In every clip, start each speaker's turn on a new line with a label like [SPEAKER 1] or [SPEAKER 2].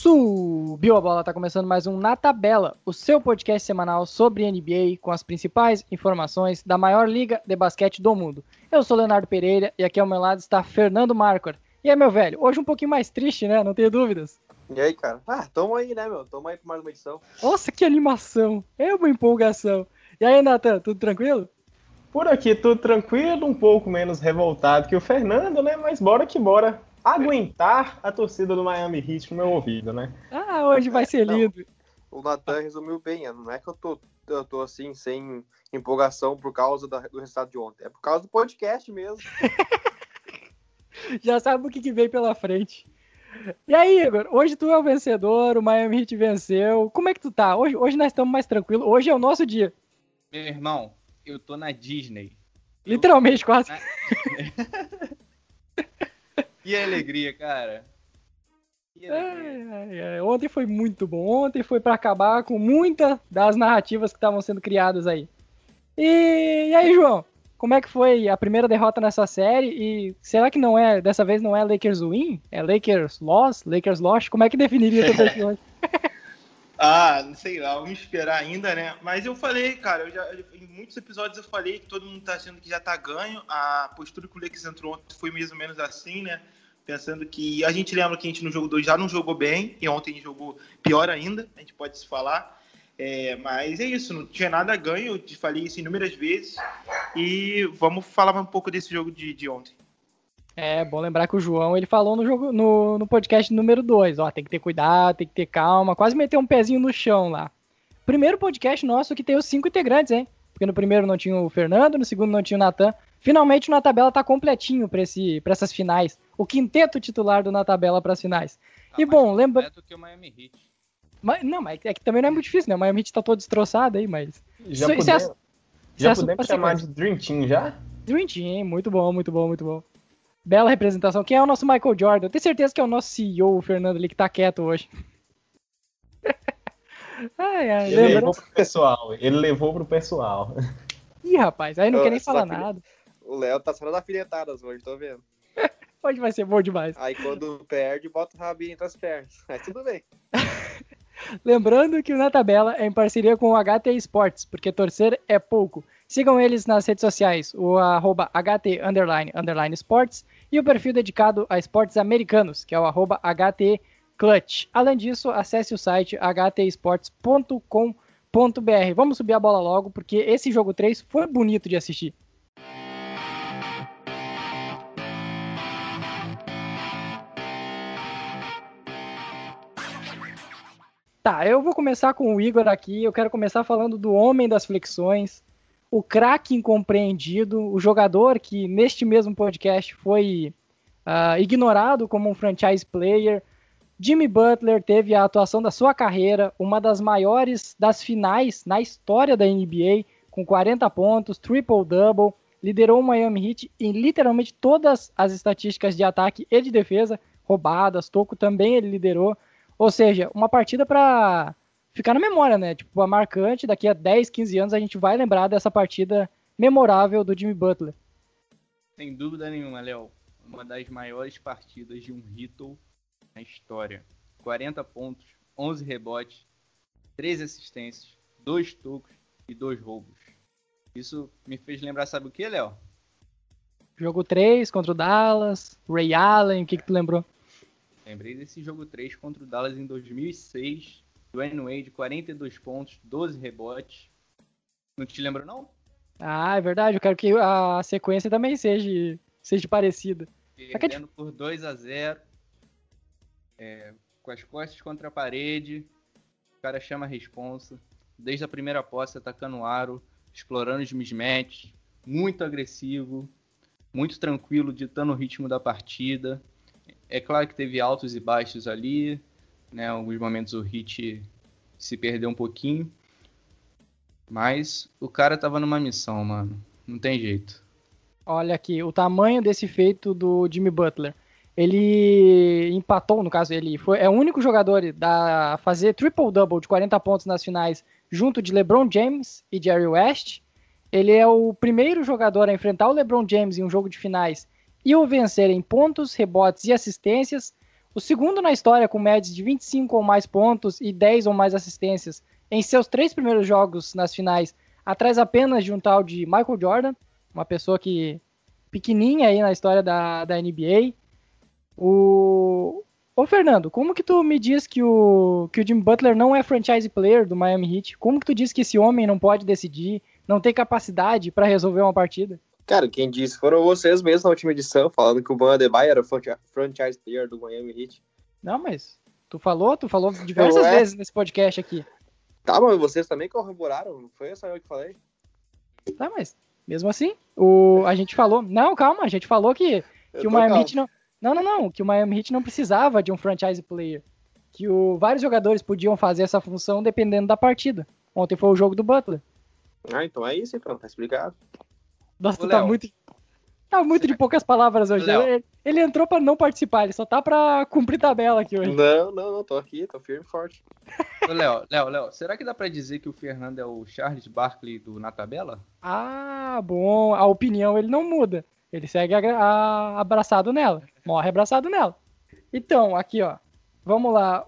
[SPEAKER 1] Subiu a bola, tá começando mais um Na Tabela, o seu podcast semanal sobre NBA com as principais informações da maior liga de basquete do mundo. Eu sou Leonardo Pereira e aqui ao meu lado está Fernando Marcor. E aí, meu velho, hoje um pouquinho mais triste, né? Não tenho dúvidas.
[SPEAKER 2] E aí, cara? Tamo aí, né, meu? Tamo aí pra mais uma edição.
[SPEAKER 1] Nossa, que animação! É uma empolgação. E aí, Nathan, tudo tranquilo?
[SPEAKER 3] Por aqui tudo tranquilo, um pouco menos revoltado que o Fernando, né? Mas bora que bora aguentar a torcida do Miami Heat no meu ouvido, né?
[SPEAKER 1] Ah, hoje vai ser lindo.
[SPEAKER 2] O Nathan resumiu bem, não é que eu tô assim, sem empolgação por causa do resultado de ontem. É por causa do podcast mesmo.
[SPEAKER 1] Já sabe o que vem pela frente. E aí, Igor, hoje tu é o vencedor, o Miami Heat venceu. Como é que tu tá? Hoje nós estamos mais tranquilos, hoje é o nosso dia.
[SPEAKER 4] Meu irmão, eu tô na Disney.
[SPEAKER 1] Literalmente, quase.
[SPEAKER 4] Que alegria, cara. Que alegria.
[SPEAKER 1] Ontem foi muito bom. Ontem foi pra acabar com muitas das narrativas que estavam sendo criadas aí. E aí, João? Como é que foi a primeira derrota nessa série? E será que dessa vez não é Lakers win? É Lakers loss? Lakers lost? Como é que definiria teu perfil?
[SPEAKER 5] Não sei lá, vamos esperar ainda, né? Mas eu falei, cara, em muitos episódios eu falei que todo mundo tá achando que já tá ganho. A postura que o Lakers entrou ontem foi mais ou menos assim, né? Pensando que a gente lembra que a gente no jogo 2 já não jogou bem, e ontem jogou pior ainda, a gente pode se falar. Mas é isso, não tinha nada a ganho, eu te falei isso inúmeras vezes. E vamos falar um pouco desse jogo de ontem.
[SPEAKER 1] É bom lembrar que o João ele falou no podcast número 2, tem que ter cuidado, tem que ter calma, quase meteu um pezinho no chão lá. Primeiro podcast nosso que tem os 5 integrantes, hein? Porque no primeiro não tinha o Fernando, no segundo não tinha o Nathan. Finalmente o Na Tabela tá completinho pra essas finais. O quinteto titular do Na Tabela pras finais. E bom, lembra...
[SPEAKER 4] que o Miami Heat.
[SPEAKER 1] Mas é que também não é muito difícil, né? O Miami Heat tá todo destroçado aí, mas...
[SPEAKER 3] Já podemos chamar de Dream Team, já?
[SPEAKER 1] Dream Team, muito bom, muito bom, muito bom. Bela representação. Quem é o nosso Michael Jordan? Eu tenho certeza que é o nosso CEO, o Fernando ali, que tá quieto hoje.
[SPEAKER 3] Ele levou pro pessoal.
[SPEAKER 1] Ih, rapaz, aí não quer nem falar nada.
[SPEAKER 2] O Léo tá só nas alfinetadas hoje, tô vendo.
[SPEAKER 1] Hoje vai ser bom demais.
[SPEAKER 2] Aí quando perde, bota o rabinho entre as pernas. Aí tudo bem.
[SPEAKER 1] Lembrando que o Na Tabela é em parceria com o HT Esportes, porque torcer é pouco. Sigam eles nas redes sociais, o @HT_Esportes e o perfil dedicado a esportes americanos, que é o @HTClutch. Além disso, acesse o site htesportes.com.br. Vamos subir a bola logo, porque esse jogo 3 foi bonito de assistir. Tá, eu vou começar com o Igor aqui. Eu quero começar falando do homem das flexões, o craque incompreendido, o jogador que neste mesmo podcast foi ignorado como um franchise player. Jimmy Butler teve a atuação da sua carreira, uma das maiores das finais na história da NBA, com 40 pontos, triple-double, liderou o Miami Heat em literalmente todas as estatísticas de ataque e de defesa, roubadas, toco também ele liderou. Ou seja, uma partida para ficar na memória, né? Tipo, a marcante, daqui a 10, 15 anos a gente vai lembrar dessa partida memorável do Jimmy Butler.
[SPEAKER 4] Sem dúvida nenhuma, Léo. Uma das maiores partidas de um Heat na história. 40 pontos, 11 rebotes, 3 assistências, 2 tocos e 2 roubos. Isso me fez lembrar, sabe o que, Léo?
[SPEAKER 1] Jogo 3 contra o Dallas, Ray Allen, o que tu lembrou?
[SPEAKER 4] Lembrei desse jogo 3 contra o Dallas em 2006. Dwayne Wade, 42 pontos, 12 rebotes. Não te lembro, não?
[SPEAKER 1] É verdade. Eu quero que a sequência também seja parecida.
[SPEAKER 4] Perdendo por 2-0. Com as costas contra a parede. O cara chama a responsa. Desde a primeira posse, atacando o aro, explorando os mismatches. Muito agressivo. Muito tranquilo, ditando o ritmo da partida. É claro que teve altos e baixos ali, né? Em alguns momentos o Heat se perdeu um pouquinho. Mas o cara tava numa missão, mano. Não tem jeito.
[SPEAKER 1] Olha aqui, o tamanho desse feito do Jimmy Butler. Ele empatou, no caso, é o único jogador a fazer triple-double de 40 pontos nas finais, junto de LeBron James e Jerry West. Ele é o primeiro jogador a enfrentar o LeBron James em um jogo de finais e o vencer em pontos, rebotes e assistências. o segundo na história com médias de 25 ou mais pontos e 10 ou mais assistências em seus 3 primeiros jogos nas finais, atrás apenas de um tal de Michael Jordan, uma pessoa que pequenininha aí na história da NBA. Ô Fernando, como que tu me diz que o Jimmy Butler não é franchise player do Miami Heat? Como que tu diz que esse homem não pode decidir, não tem capacidade para resolver uma partida?
[SPEAKER 2] Cara, quem disse foram vocês mesmos na última edição, falando que o Bam Adebayo era o franchise player do Miami Heat.
[SPEAKER 1] Não, mas tu falou diversas vezes nesse podcast aqui.
[SPEAKER 2] Tá, mas vocês também corroboraram, não foi só eu que falei?
[SPEAKER 1] Tá, mas mesmo assim, a gente falou... Não, calma, a gente falou que o Miami Heat não... Não, que o Miami Heat não precisava de um franchise player. Que vários jogadores podiam fazer essa função dependendo da partida. Ontem foi o jogo do Butler.
[SPEAKER 2] Ah, então é isso, então, tá explicado.
[SPEAKER 1] Nossa, tu tá muito de poucas palavras hoje. Ele entrou pra não participar, ele só tá pra cumprir tabela aqui hoje.
[SPEAKER 2] Não, tô aqui, tô firme e forte.
[SPEAKER 4] Léo, será que dá pra dizer que o Fernando é o Charles Barkley na tabela?
[SPEAKER 1] Ah, bom, a opinião ele não muda. Ele segue abraçado nela, morre abraçado nela. Então, aqui ó, vamos lá,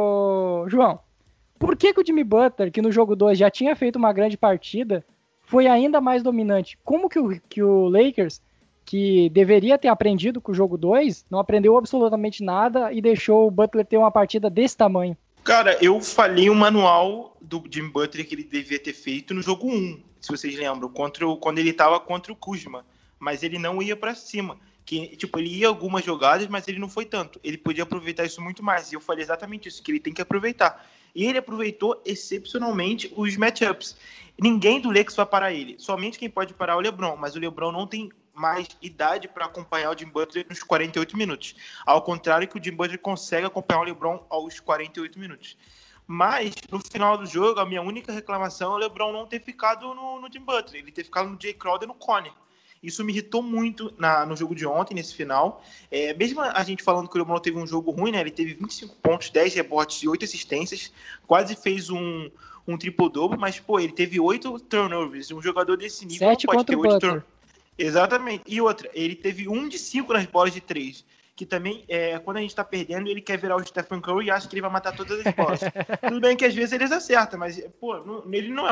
[SPEAKER 1] João, por que o Jimmy Butler, que no jogo 2 já tinha feito uma grande partida, foi ainda mais dominante? Como que o Lakers, que deveria ter aprendido com o jogo 2, não aprendeu absolutamente nada e deixou o Butler ter uma partida desse tamanho?
[SPEAKER 5] Cara, eu falei o manual do Jimmy Butler que ele devia ter feito no jogo 1, se vocês lembram, quando ele tava contra o Kuzma. Mas ele não ia pra cima. Ele ia algumas jogadas, mas ele não foi tanto. Ele podia aproveitar isso muito mais. E eu falei exatamente isso, que ele tem que aproveitar. E ele aproveitou excepcionalmente os matchups. Ninguém do Lakers vai parar ele. Somente quem pode parar é o LeBron. Mas o LeBron não tem mais idade para acompanhar o Jimmy Butler nos 48 minutos. Ao contrário que o Jimmy Butler consegue acompanhar o LeBron aos 48 minutos. Mas, no final do jogo, a minha única reclamação é o LeBron não ter ficado no Jimmy Butler. Ele ter ficado no Jay Crowder e no Conner. Isso me irritou muito no jogo de ontem, nesse final. Mesmo a gente falando que o LeBron teve um jogo ruim, né? Ele teve 25 pontos, 10 rebotes e 8 assistências. Quase fez um triple-double, mas, ele teve 8 turnovers. Um jogador desse nível
[SPEAKER 1] 7
[SPEAKER 5] não pode ter 8
[SPEAKER 1] turnovers.
[SPEAKER 5] Exatamente. E outra, ele teve 1 de 5 nas bolas de 3. Que também, quando a gente tá perdendo, ele quer virar o Stephen Curry e acha que ele vai matar todas as bolas. Tudo bem que às vezes eles acertam, mas, ele não é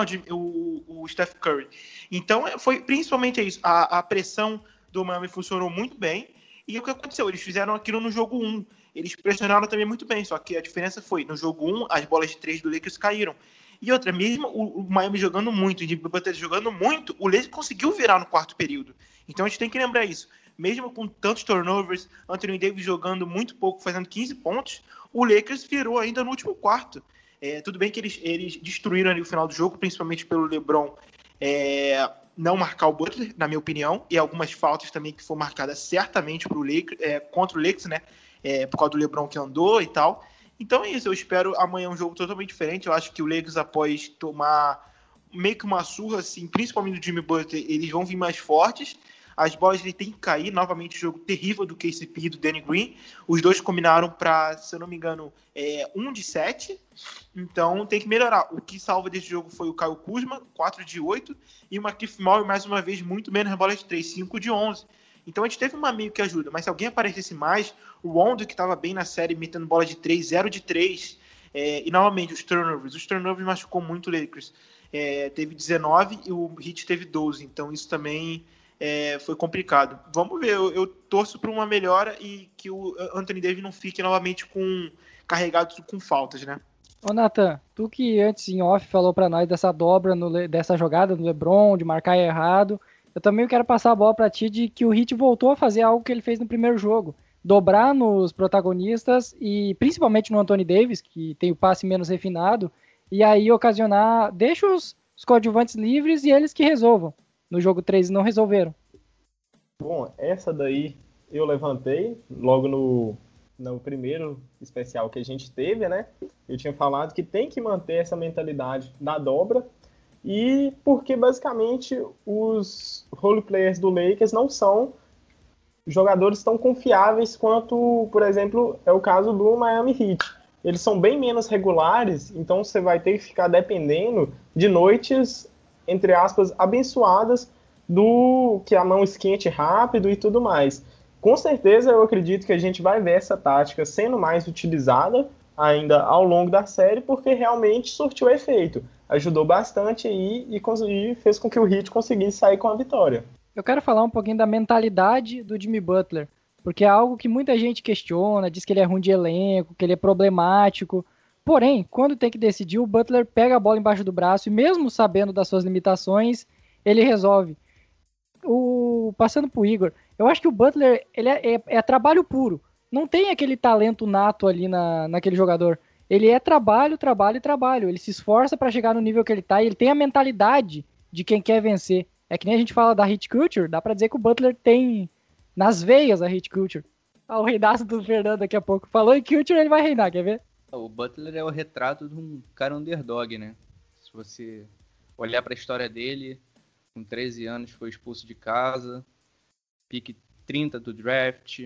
[SPEAKER 5] o Steph Curry. Então, foi principalmente isso. A pressão do Miami funcionou muito bem. E o que aconteceu? Eles fizeram aquilo no jogo 1. Eles pressionaram também muito bem, só que a diferença foi, no jogo 1, as bolas de 3 do Lakers caíram. E outra, mesmo o Miami jogando muito, o Jimmy Butler jogando muito, o Lakers conseguiu virar no quarto período. Então, a gente tem que lembrar isso. Mesmo com tantos turnovers, Anthony Davis jogando muito pouco, fazendo 15 pontos, o Lakers virou ainda no último quarto. Tudo bem que eles destruíram ali o final do jogo, principalmente pelo LeBron não marcar o Butler, na minha opinião, e algumas faltas também que foram marcadas certamente pro Lakers, contra o Lakers, né? Por causa do LeBron que andou e tal. Então é isso, eu espero amanhã um jogo totalmente diferente. Eu acho que o Lakers, após tomar meio que uma surra, assim, principalmente do Jimmy Butler, eles vão vir mais fortes. As bolas ele tem que cair, novamente o jogo terrível do KCP e do Danny Green. Os dois combinaram para, se eu não me engano, 1 de 7. Então tem que melhorar. O que salva desse jogo foi o Kyle Kuzma, 4 de 8. E o Markieff Morris, mais uma vez, muito menos bolas de 3, 5 de 11. Então a gente teve uma meio que ajuda. Mas se alguém aparecesse mais, o Rondo, que estava bem na série, metendo bola de 3, 0 de 3. E novamente os turnovers. Os turnovers machucou muito o Lakers. Teve 19 e o Heat teve 12. Então isso também... foi complicado. Vamos ver, eu torço para uma melhora e que o Anthony Davis não fique novamente carregado com faltas, né?
[SPEAKER 1] Ô Nathan, tu que antes em off falou para nós dessa dobra, dessa jogada do LeBron, de marcar errado, eu também quero passar a bola para ti de que o Heat voltou a fazer algo que ele fez no primeiro jogo, dobrar nos protagonistas e principalmente no Anthony Davis, que tem o passe menos refinado, e aí ocasionar, deixa os coadjuvantes livres e eles que resolvam. No jogo 3 não resolveram.
[SPEAKER 3] Bom, essa daí eu levantei logo no primeiro especial que a gente teve, né? Eu tinha falado que tem que manter essa mentalidade da dobra e porque basicamente os role players do Lakers não são jogadores tão confiáveis quanto, por exemplo, é o caso do Miami Heat. Eles são bem menos regulares, então você vai ter que ficar dependendo de noites, entre aspas, abençoadas do que a mão esquente rápido e tudo mais. com certeza eu acredito que a gente vai ver essa tática sendo mais utilizada ainda ao longo da série, porque realmente surtiu efeito. Ajudou bastante aí e fez com que o Heat conseguisse sair com a vitória.
[SPEAKER 1] Eu quero falar um pouquinho da mentalidade do Jimmy Butler, porque é algo que muita gente questiona, diz que ele é ruim de elenco, que ele é problemático. Porém, quando tem que decidir, o Butler pega a bola embaixo do braço e mesmo sabendo das suas limitações, ele resolve. Passando pro Igor, eu acho que o Butler ele é trabalho puro. Não tem aquele talento nato ali naquele jogador. Ele é trabalho, trabalho e trabalho. Ele se esforça para chegar no nível que ele tá e ele tem a mentalidade de quem quer vencer. É que nem a gente fala da hit culture, dá pra dizer que o Butler tem nas veias a hit culture. O reinaço do Fernando daqui a pouco. Falou em culture, ele vai reinar, quer ver?
[SPEAKER 4] O Butler é o retrato de um cara underdog, né? Se você olhar pra história dele, com 13 anos foi expulso de casa, pique 30 do draft,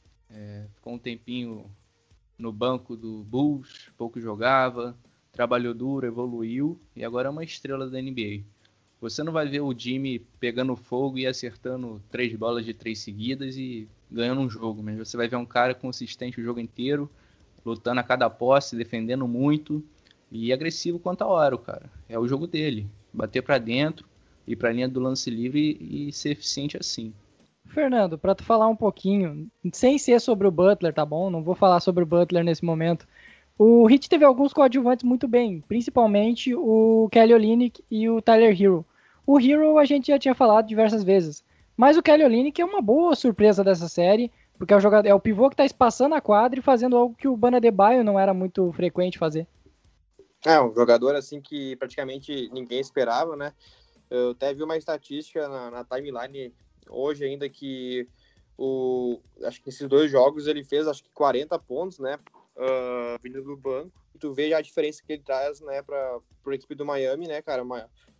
[SPEAKER 4] ficou um tempinho no banco do Bulls, pouco jogava, trabalhou duro, evoluiu e agora é uma estrela da NBA. Você não vai ver o Jimmy pegando fogo e acertando 3 bolas de 3 seguidas e ganhando um jogo, mas você vai ver um cara consistente o jogo inteiro, lutando a cada posse, defendendo muito e agressivo quanto a hora, cara. É o jogo dele, bater pra dentro, ir pra linha do lance livre e ser eficiente assim.
[SPEAKER 1] Fernando, para tu falar um pouquinho, sem ser sobre o Butler, tá bom? Não vou falar sobre o Butler nesse momento. O Heat teve alguns coadjuvantes muito bem, principalmente o Kelly Olynyk e o Tyler Herro. O Herro a gente já tinha falado diversas vezes, mas o Kelly Olynyk é uma boa surpresa dessa série, porque é o pivô que está espaçando a quadra e fazendo algo que o Bam Adebayo não era muito frequente fazer.
[SPEAKER 2] Um jogador assim que praticamente ninguém esperava, né? Eu até vi uma estatística na timeline hoje ainda que acho que nesses 2 jogos ele fez acho que 40 pontos, né? Vindo do banco. E tu vê já a diferença que ele traz, né, para a equipe do Miami, né, cara?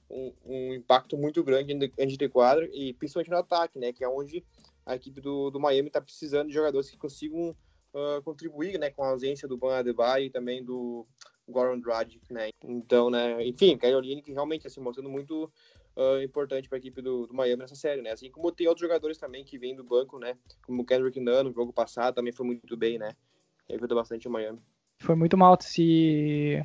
[SPEAKER 2] Um impacto muito grande de quadra e principalmente no ataque, né? Que é onde a equipe do Miami está precisando de jogadores que consigam contribuir, né, com a ausência do Bam Adebayo e também do Goran Dragic, né? Então, né, enfim, Kelly Olynyk realmente assim, mostrando muito importante para a equipe do Miami nessa série, né? Assim como tem outros jogadores também que vêm do banco, né? Como o Kendrick Nunn no jogo passado também foi muito bem, né? Ajudou bastante o Miami.
[SPEAKER 1] Foi muito mal, se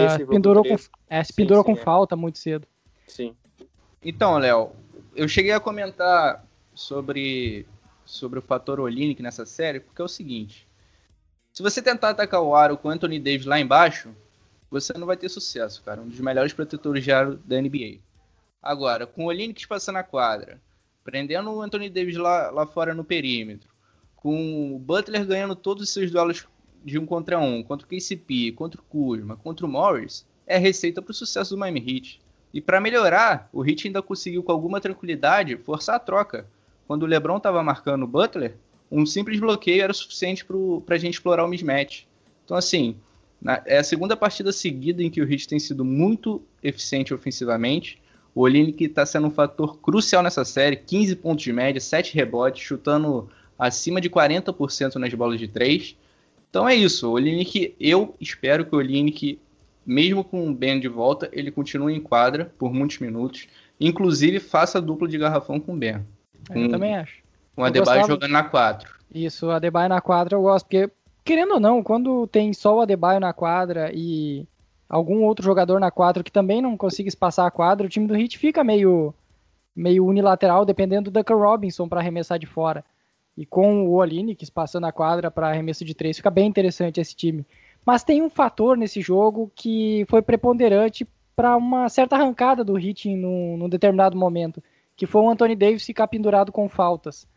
[SPEAKER 1] pendurou com falta muito cedo.
[SPEAKER 2] Sim.
[SPEAKER 4] Então, Léo, eu cheguei a comentar sobre o fator Olynyk nessa série, porque é o seguinte: se você tentar atacar o aro com o Anthony Davis lá embaixo, você não vai ter sucesso, cara. Um dos melhores protetores de aro da NBA. Agora, com o Olynyk passando a quadra, prendendo o Anthony Davis lá fora no perímetro, com o Butler ganhando todos os seus duelos de 1 contra 1, contra o KCP, contra o Kuzma, contra o Morris, é a receita para o sucesso do Miami Heat. E para melhorar, o Heat ainda conseguiu com alguma tranquilidade forçar a troca. Quando o LeBron estava marcando o Butler, um simples bloqueio era o suficiente para a gente explorar o mismatch. Então, assim, é a segunda partida seguida em que o Heat tem sido muito eficiente ofensivamente. O Olynyk está sendo um fator crucial nessa série, 15 pontos de média, 7 rebotes, chutando acima de 40% nas bolas de 3. Então é isso, o Olynyk, eu espero que o Olynyk, mesmo com o Ben de volta, ele continue em quadra por muitos minutos, inclusive faça dupla de garrafão com o Ben.
[SPEAKER 1] Eu também acho.
[SPEAKER 4] Com o Adebayo jogando na 4.
[SPEAKER 1] Isso, o Adebayo na quadra eu gosto, porque, querendo ou não, quando tem só o Adebayo na quadra e algum outro jogador na 4 que também não consiga espaçar a quadra, o time do Heat fica meio unilateral, dependendo do Duncan Robinson para arremessar de fora. E com o Olynyk espaçando a quadra para arremesso de 3, fica bem interessante esse time. Mas tem um fator nesse jogo que foi preponderante para uma certa arrancada do Heat num determinado momento, que foi o Anthony Davis ficar pendurado com faltas.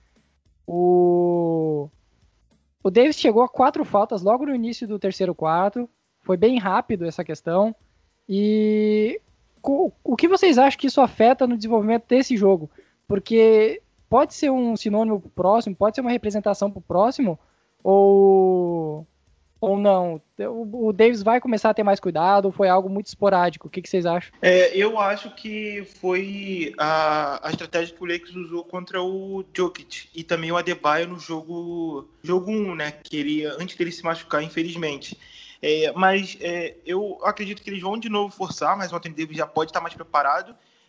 [SPEAKER 1] O Davis chegou a 4 faltas logo no início do terceiro quarto, foi bem rápido essa questão. E o que vocês acham que isso afeta no desenvolvimento desse jogo? Porque pode ser um sinônimo pro próximo, pode ser uma representação pro próximo, ou não? O Davis vai começar a ter mais cuidado, ou foi algo muito esporádico? O que vocês acham?
[SPEAKER 5] Eu acho que foi a estratégia que o Lakers usou contra o Jokic e também o Adebayo no jogo 1, né? Antes dele se machucar, infelizmente. Mas eu acredito que eles vão de novo forçar, mas o Anthony Davis já pode estar mais preparado.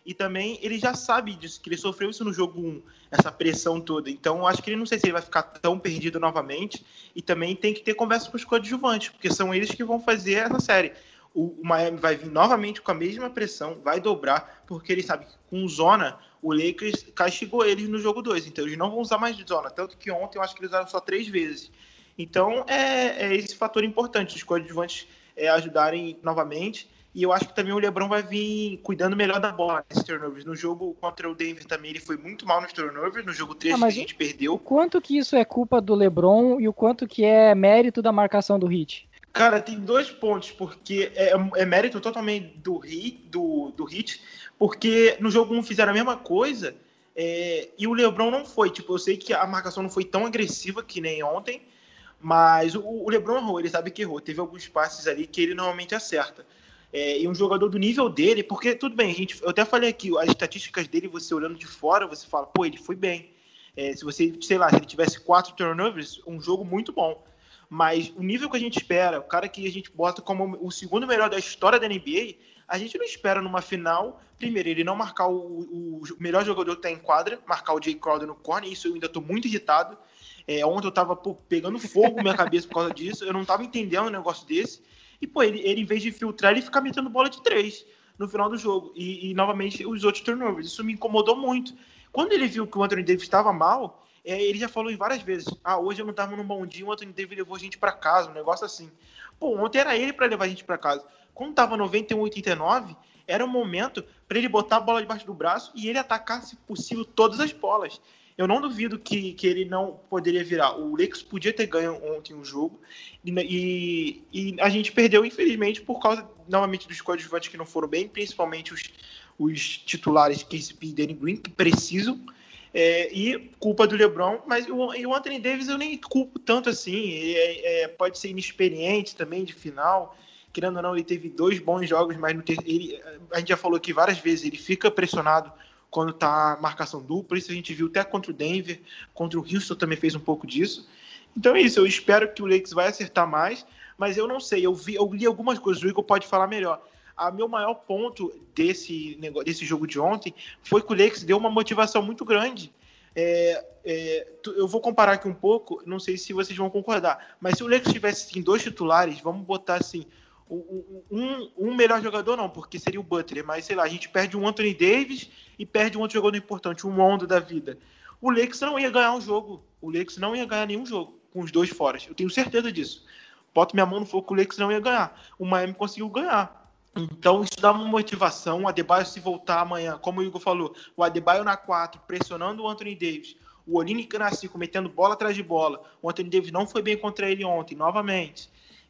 [SPEAKER 5] E também ele já sabe disso, que ele sofreu isso no jogo 1, essa pressão toda. Então, eu acho que ele não sei se ele vai ficar tão perdido novamente. E também tem que ter conversa com os coadjuvantes, porque são eles que vão fazer essa série. O Miami vai vir novamente com a mesma pressão, vai dobrar, porque ele sabe que com zona, o Lakers castigou eles no jogo 2. Então, eles não vão usar mais de zona. Tanto que ontem eu acho que eles usaram só 3 vezes. Então, é esse fator importante, os coadjuvantes ajudarem novamente. E eu acho que também o LeBron vai vir cuidando melhor da bola nesses turnovers. No jogo contra o Denver também ele foi muito mal nos turnovers. No jogo 3 que a gente perdeu.
[SPEAKER 1] O quanto que isso é culpa do LeBron e o quanto que é mérito da marcação do Heat?
[SPEAKER 5] Cara, tem 2 pontos, porque é mérito totalmente do Heat, porque no jogo 1 fizeram a mesma coisa e o LeBron não foi. Tipo, eu sei que a marcação não foi tão agressiva que nem ontem, mas o LeBron errou, ele sabe que errou. Teve alguns passes ali que ele normalmente acerta. E um jogador do nível dele, porque tudo bem, eu até falei aqui, as estatísticas dele, você olhando de fora, você fala, pô, ele foi bem. Se você, sei lá, se ele tivesse 4 turnovers, um jogo muito bom. Mas o nível que a gente espera, o cara que a gente bota como o segundo melhor da história da NBA, a gente não espera numa final, primeiro, ele não marcar o melhor jogador que tá em quadra, marcar o Jay Crowder no corner, isso eu ainda tô muito irritado. Ontem eu tava pegando fogo na minha cabeça por causa disso, eu não tava entendendo um negócio desse. E, pô, ele em vez de filtrar, ele fica metendo bola de 3 no final do jogo. E novamente, os outros turnovers. Isso me incomodou muito. Quando ele viu que o Anthony Davis estava mal, ele já falou em várias vezes, hoje eu não tava num bom dia, o Anthony Davis levou a gente para casa, um negócio assim. Pô, ontem era ele para levar a gente para casa. Quando tava 91-89, era o momento para ele botar a bola debaixo do braço e ele atacar, se possível, todas as bolas. Eu não duvido que ele não poderia virar. O Lakers podia ter ganho ontem um jogo e a gente perdeu, infelizmente, por causa, novamente, dos coadjuvantes que não foram bem, principalmente os titulares KCP e Danny Green, que precisam, e culpa do LeBron, mas o Anthony Davis eu nem culpo tanto assim. Pode ser inexperiente também de final. Querendo ou não, ele teve 2 bons jogos, mas a gente já falou aqui várias vezes, ele fica pressionado quando tá marcação dupla, isso a gente viu até contra o Denver, contra o Houston também fez um pouco disso. Então é isso, eu espero que o Lakers vai acertar mais, mas eu não sei, eu li algumas coisas, o Igor pode falar melhor. Meu maior ponto desse jogo de ontem foi que o Lakers deu uma motivação muito grande. Eu vou comparar aqui um pouco, não sei se vocês vão concordar, mas se o Lakers tivesse assim, 2 titulares, vamos botar assim, um melhor jogador não, porque seria o Butler, mas sei lá, a gente perde um Anthony Davis e perde um outro jogador importante, um Rondo da vida. O Lakers não ia ganhar um jogo, o Lakers não ia ganhar nenhum jogo com os 2 fora, eu tenho certeza disso. Boto minha mão no fogo que o Lakers não ia ganhar. O Miami conseguiu ganhar. Então isso dá uma motivação, o Adebayo se voltar amanhã, como o Igor falou, o Adebayo na 4, pressionando o Anthony Davis, o Olynyk na 5, metendo bola atrás de bola, o Anthony Davis não foi bem contra ele ontem, novamente.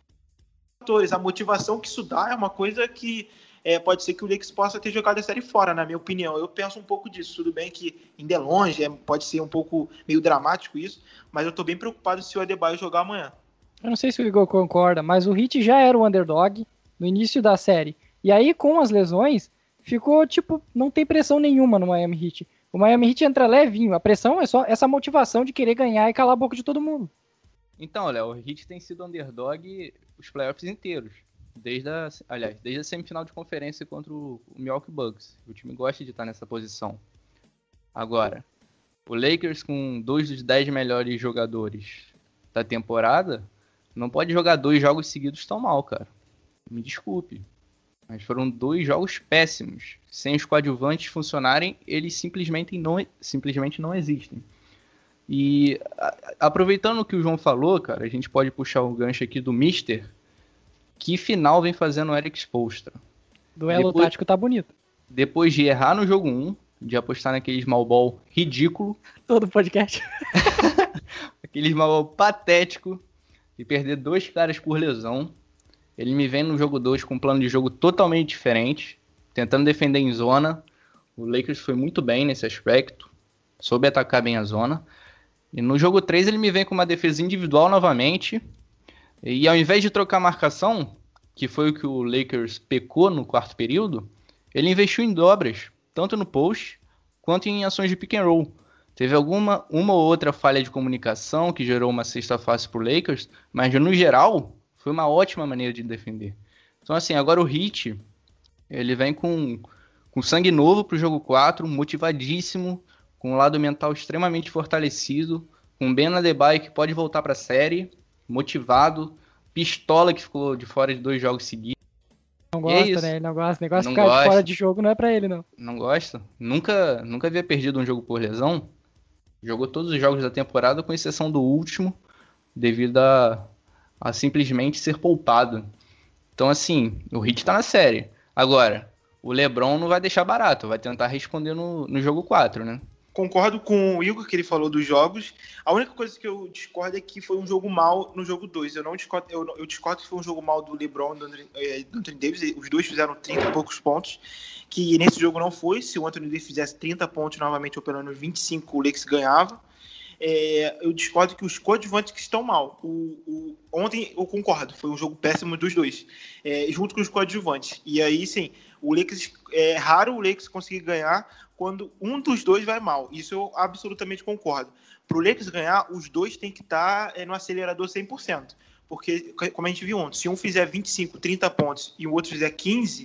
[SPEAKER 5] A motivação que isso dá é uma coisa que pode ser que o Lakers possa ter jogado a série fora, na minha opinião. Eu penso um pouco disso. Tudo bem que ainda é longe, pode ser um pouco meio dramático isso, mas eu tô bem preocupado se o Adebayo jogar amanhã.
[SPEAKER 1] Eu não sei se o Igor concorda, mas o Heat já era o underdog no início da série. E aí, com as lesões, ficou tipo, não tem pressão nenhuma no Miami Heat. O Miami Heat entra levinho. A pressão é só essa motivação de querer ganhar e calar a boca de todo mundo.
[SPEAKER 4] Então, Léo, o Heat tem sido underdog os playoffs inteiros. Desde a semifinal de conferência contra o Milwaukee Bucks. O time gosta de estar nessa posição. Agora, o Lakers com 2 dos 10 melhores jogadores da temporada não pode jogar 2 jogos seguidos tão mal, cara. Me desculpe. Mas foram 2 jogos péssimos. Sem os coadjuvantes funcionarem, eles simplesmente não existem. E aproveitando o que o João falou, cara, a gente pode puxar o gancho aqui do Mister. Que final vem fazendo o Erik Spoelstra?
[SPEAKER 1] Duelo tático tá bonito.
[SPEAKER 4] Depois de errar no jogo 1, de apostar naquele small ball ridículo.
[SPEAKER 1] Todo podcast.
[SPEAKER 4] Aquele small ball patético. E perder 2 caras por lesão. Ele me vem no jogo 2 com um plano de jogo totalmente diferente. Tentando defender em zona. O Lakers foi muito bem nesse aspecto. Soube atacar bem a zona. E no jogo 3 ele me vem com uma defesa individual novamente. E ao invés de trocar a marcação, que foi o que o Lakers pecou no 4º período, ele investiu em dobras, tanto no post quanto em ações de pick and roll. Teve uma ou outra falha de comunicação que gerou uma cesta fácil para o Lakers, mas no geral foi uma ótima maneira de defender. Então assim, agora o Heat ele vem com com sangue novo pro jogo 4, motivadíssimo, com um lado mental extremamente fortalecido, com Ben Adebayo que pode voltar para a série, motivado, pistola que ficou de fora de 2 jogos seguidos.
[SPEAKER 1] Não
[SPEAKER 4] E é
[SPEAKER 1] gosta,
[SPEAKER 4] isso.
[SPEAKER 1] né? Ele não gosta. O negócio de
[SPEAKER 4] Não
[SPEAKER 1] ficar de
[SPEAKER 4] gosta.
[SPEAKER 1] fora de jogo não é pra ele, não.
[SPEAKER 4] Não gosta. Nunca havia perdido um jogo por lesão. Jogou todos os jogos da temporada, com exceção do último, devido a simplesmente ser poupado. Então, assim, o Heat tá na série. Agora, o LeBron não vai deixar barato, vai tentar responder no jogo 4, né?
[SPEAKER 5] Concordo com o Igor, que ele falou dos jogos. A única coisa que eu discordo é que foi um jogo mal no jogo 2. Eu discordo que foi um jogo mal do LeBron e do Anthony Davis. Os dois fizeram 30 e poucos pontos, que nesse jogo não foi. Se o Anthony Davis fizesse 30 pontos novamente, ou pelo menos 25, o Lakers ganhava. Eu discordo que os coadjuvantes que estão mal. Ontem eu concordo, foi um jogo péssimo dos dois, junto com os coadjuvantes. E aí, sim, o Lakers, é raro o Lakers conseguir ganhar quando um dos dois vai mal. Isso eu absolutamente concordo. Para o Lakers ganhar, os dois têm que estar no acelerador 100%. Porque, como a gente viu ontem, se um fizer 25, 30 pontos e o outro fizer 15,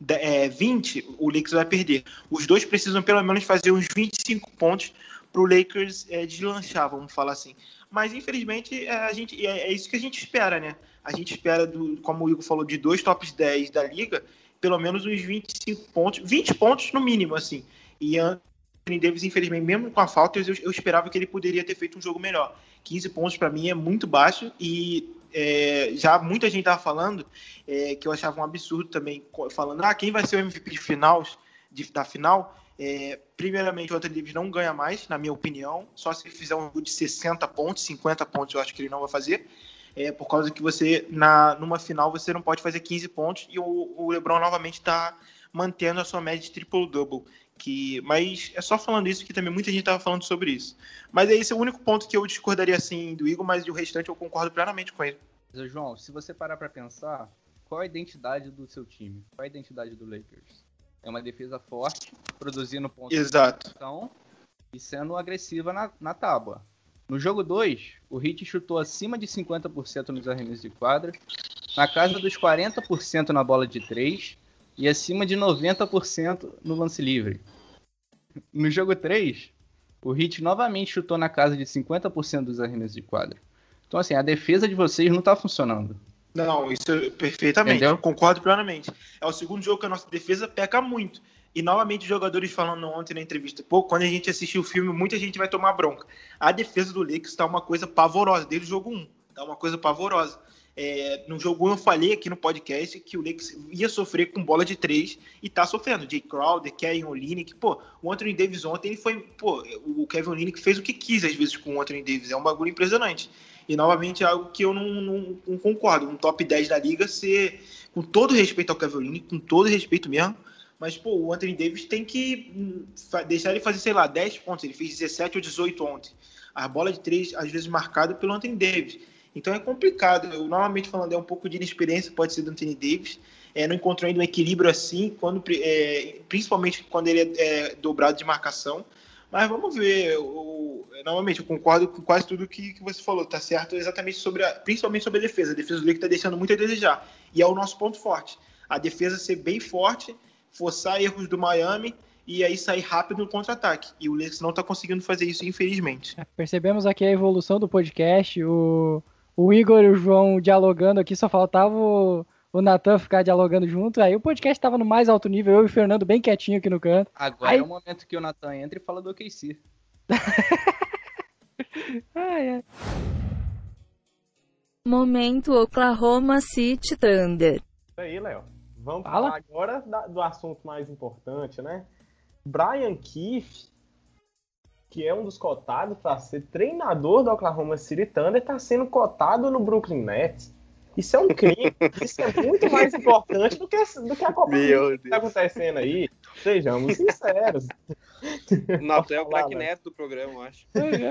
[SPEAKER 5] 20, o Lakers vai perder. Os dois precisam pelo menos fazer uns 25 pontos para o Lakers deslanchar, vamos falar assim. Mas, infelizmente, é isso que a gente espera, né? A gente espera, como o Igor falou, de 2 tops 10 da Liga, pelo menos uns 25 pontos, 20 pontos no mínimo, assim. E Anthony Davis, infelizmente, mesmo com a falta, eu esperava que ele poderia ter feito um jogo melhor. 15 pontos, para mim, é muito baixo e já muita gente estava falando que eu achava um absurdo também, falando, quem vai ser o MVP da final? Primeiramente, o Anthony Davis não ganha mais, na minha opinião, só se ele fizer um jogo de 60 pontos, 50 pontos, eu acho que ele não vai fazer, por causa que você, numa final, você não pode fazer 15 pontos e o LeBron novamente está mantendo a sua média de triple-double. Mas é só falando isso que também muita gente estava falando sobre isso. Mas esse é o único ponto que eu discordaria assim do Igor, mas o restante eu concordo plenamente com ele.
[SPEAKER 4] João, se você parar para pensar, qual a identidade do seu time? Qual a identidade do Lakers? É uma defesa forte, produzindo pontos.
[SPEAKER 5] Exato.
[SPEAKER 4] E sendo agressiva na tábua. No jogo 2, o Heat chutou acima de 50% nos arremessos de quadra, na casa dos 40% na bola de 3 e acima de 90% no lance livre. No jogo 3, o Heat novamente chutou na casa de 50% dos arremessos de quadra. Então, assim, a defesa de vocês não tá funcionando.
[SPEAKER 5] Não, isso é perfeitamente.
[SPEAKER 4] Entendeu?
[SPEAKER 5] Concordo plenamente. É o segundo jogo que a nossa defesa peca muito. E, novamente, os jogadores falando ontem na entrevista, quando a gente assistir o filme, muita gente vai tomar bronca. A defesa do Lakers tá uma coisa pavorosa, desde o jogo 1. Tá uma coisa pavorosa. No jogo 1 eu falei aqui no podcast que o Lakers ia sofrer com bola de 3 e tá sofrendo. Jay Crowder, Kevin Olynyk, o Anthony Davis ontem, ele foi, o Kevin Olynyk fez o que quis às vezes com o Anthony Davis, é um bagulho impressionante. E novamente é algo que eu não concordo, um top 10 da liga ser, com todo respeito ao Kevin Olynyk, com todo respeito mesmo, mas o Anthony Davis tem que deixar ele fazer, 10 pontos, ele fez 17 ou 18 ontem. A bola de 3 às vezes marcada pelo Anthony Davis. Então é complicado. Eu, novamente falando, é um pouco de inexperiência, pode ser do Anthony Davis. Não encontrou ainda um equilíbrio assim, principalmente quando ele é dobrado de marcação. Mas vamos ver. Novamente, eu concordo com quase tudo que você falou. Está certo exatamente principalmente sobre a defesa. A defesa do Lakers está deixando muito a desejar. E é o nosso ponto forte. A defesa ser bem forte, forçar erros do Miami e aí sair rápido no contra-ataque. E o Lakers não está conseguindo fazer isso, infelizmente.
[SPEAKER 1] Percebemos aqui a evolução do podcast. O Igor e o João dialogando aqui, só faltava o Natan ficar dialogando junto. Aí o podcast estava no mais alto nível, eu e o Fernando bem quietinho aqui no canto.
[SPEAKER 4] Agora é o momento que o Natan entra e fala do OKC.
[SPEAKER 6] Momento Oklahoma City Thunder.
[SPEAKER 3] Isso aí, Léo. Vamos falar agora do assunto mais importante, né? Brian Keefe, que é um dos cotados para ser treinador do Oklahoma City Thunder, está sendo cotado no Brooklyn Nets. Isso é um crime. Isso é muito mais importante do que a Copa que está acontecendo aí. Sejamos sinceros.
[SPEAKER 2] Natan é o craque neto do programa, eu acho.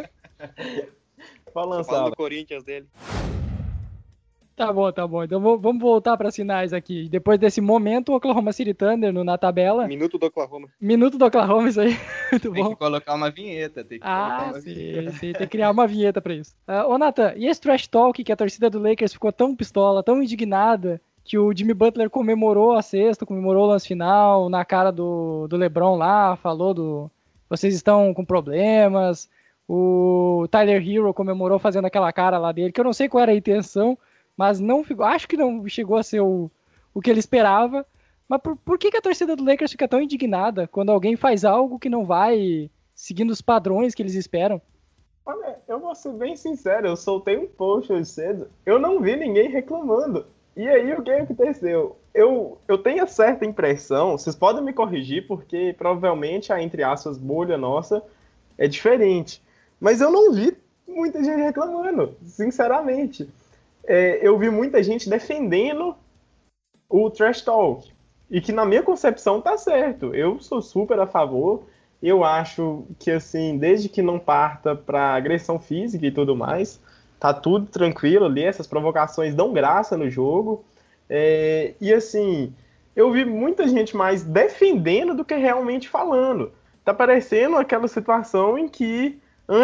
[SPEAKER 3] Falando
[SPEAKER 2] do Corinthians dele.
[SPEAKER 1] Tá bom. Então vamos voltar para sinais aqui. Depois desse momento, o Oklahoma City Thunder na tabela.
[SPEAKER 2] Minuto do Oklahoma.
[SPEAKER 1] Minuto do Oklahoma, isso aí. Muito bom.
[SPEAKER 4] Tem que colocar uma vinheta. Sim,
[SPEAKER 1] tem que criar uma vinheta para isso. Ô, Natan, e esse trash talk que a torcida do Lakers ficou tão pistola, tão indignada, que o Jimmy Butler comemorou a cesta, comemorou o lance final na cara do LeBron lá, falou vocês estão com problemas. O Tyler Hero comemorou fazendo aquela cara lá dele, que eu não sei qual era a intenção, mas acho que não chegou a ser o que ele esperava. Mas por que a torcida do Lakers fica tão indignada quando alguém faz algo que não vai seguindo os padrões que eles esperam?
[SPEAKER 3] Olha, eu vou ser bem sincero, eu soltei um post hoje cedo, eu não vi ninguém reclamando. E aí, o que aconteceu? Eu tenho a certa impressão, vocês podem me corrigir, porque provavelmente a, entre aspas, bolha nossa é diferente. Mas eu não vi muita gente reclamando, sinceramente. Eu vi muita gente defendendo o trash talk. E que, na minha concepção, tá certo. Eu sou super a favor. Eu acho que, assim, desde que não parta para agressão física e tudo mais, tá tudo tranquilo ali. Essas provocações dão graça no jogo. E, assim, eu vi muita gente mais defendendo do que realmente falando. Tá parecendo aquela situação em que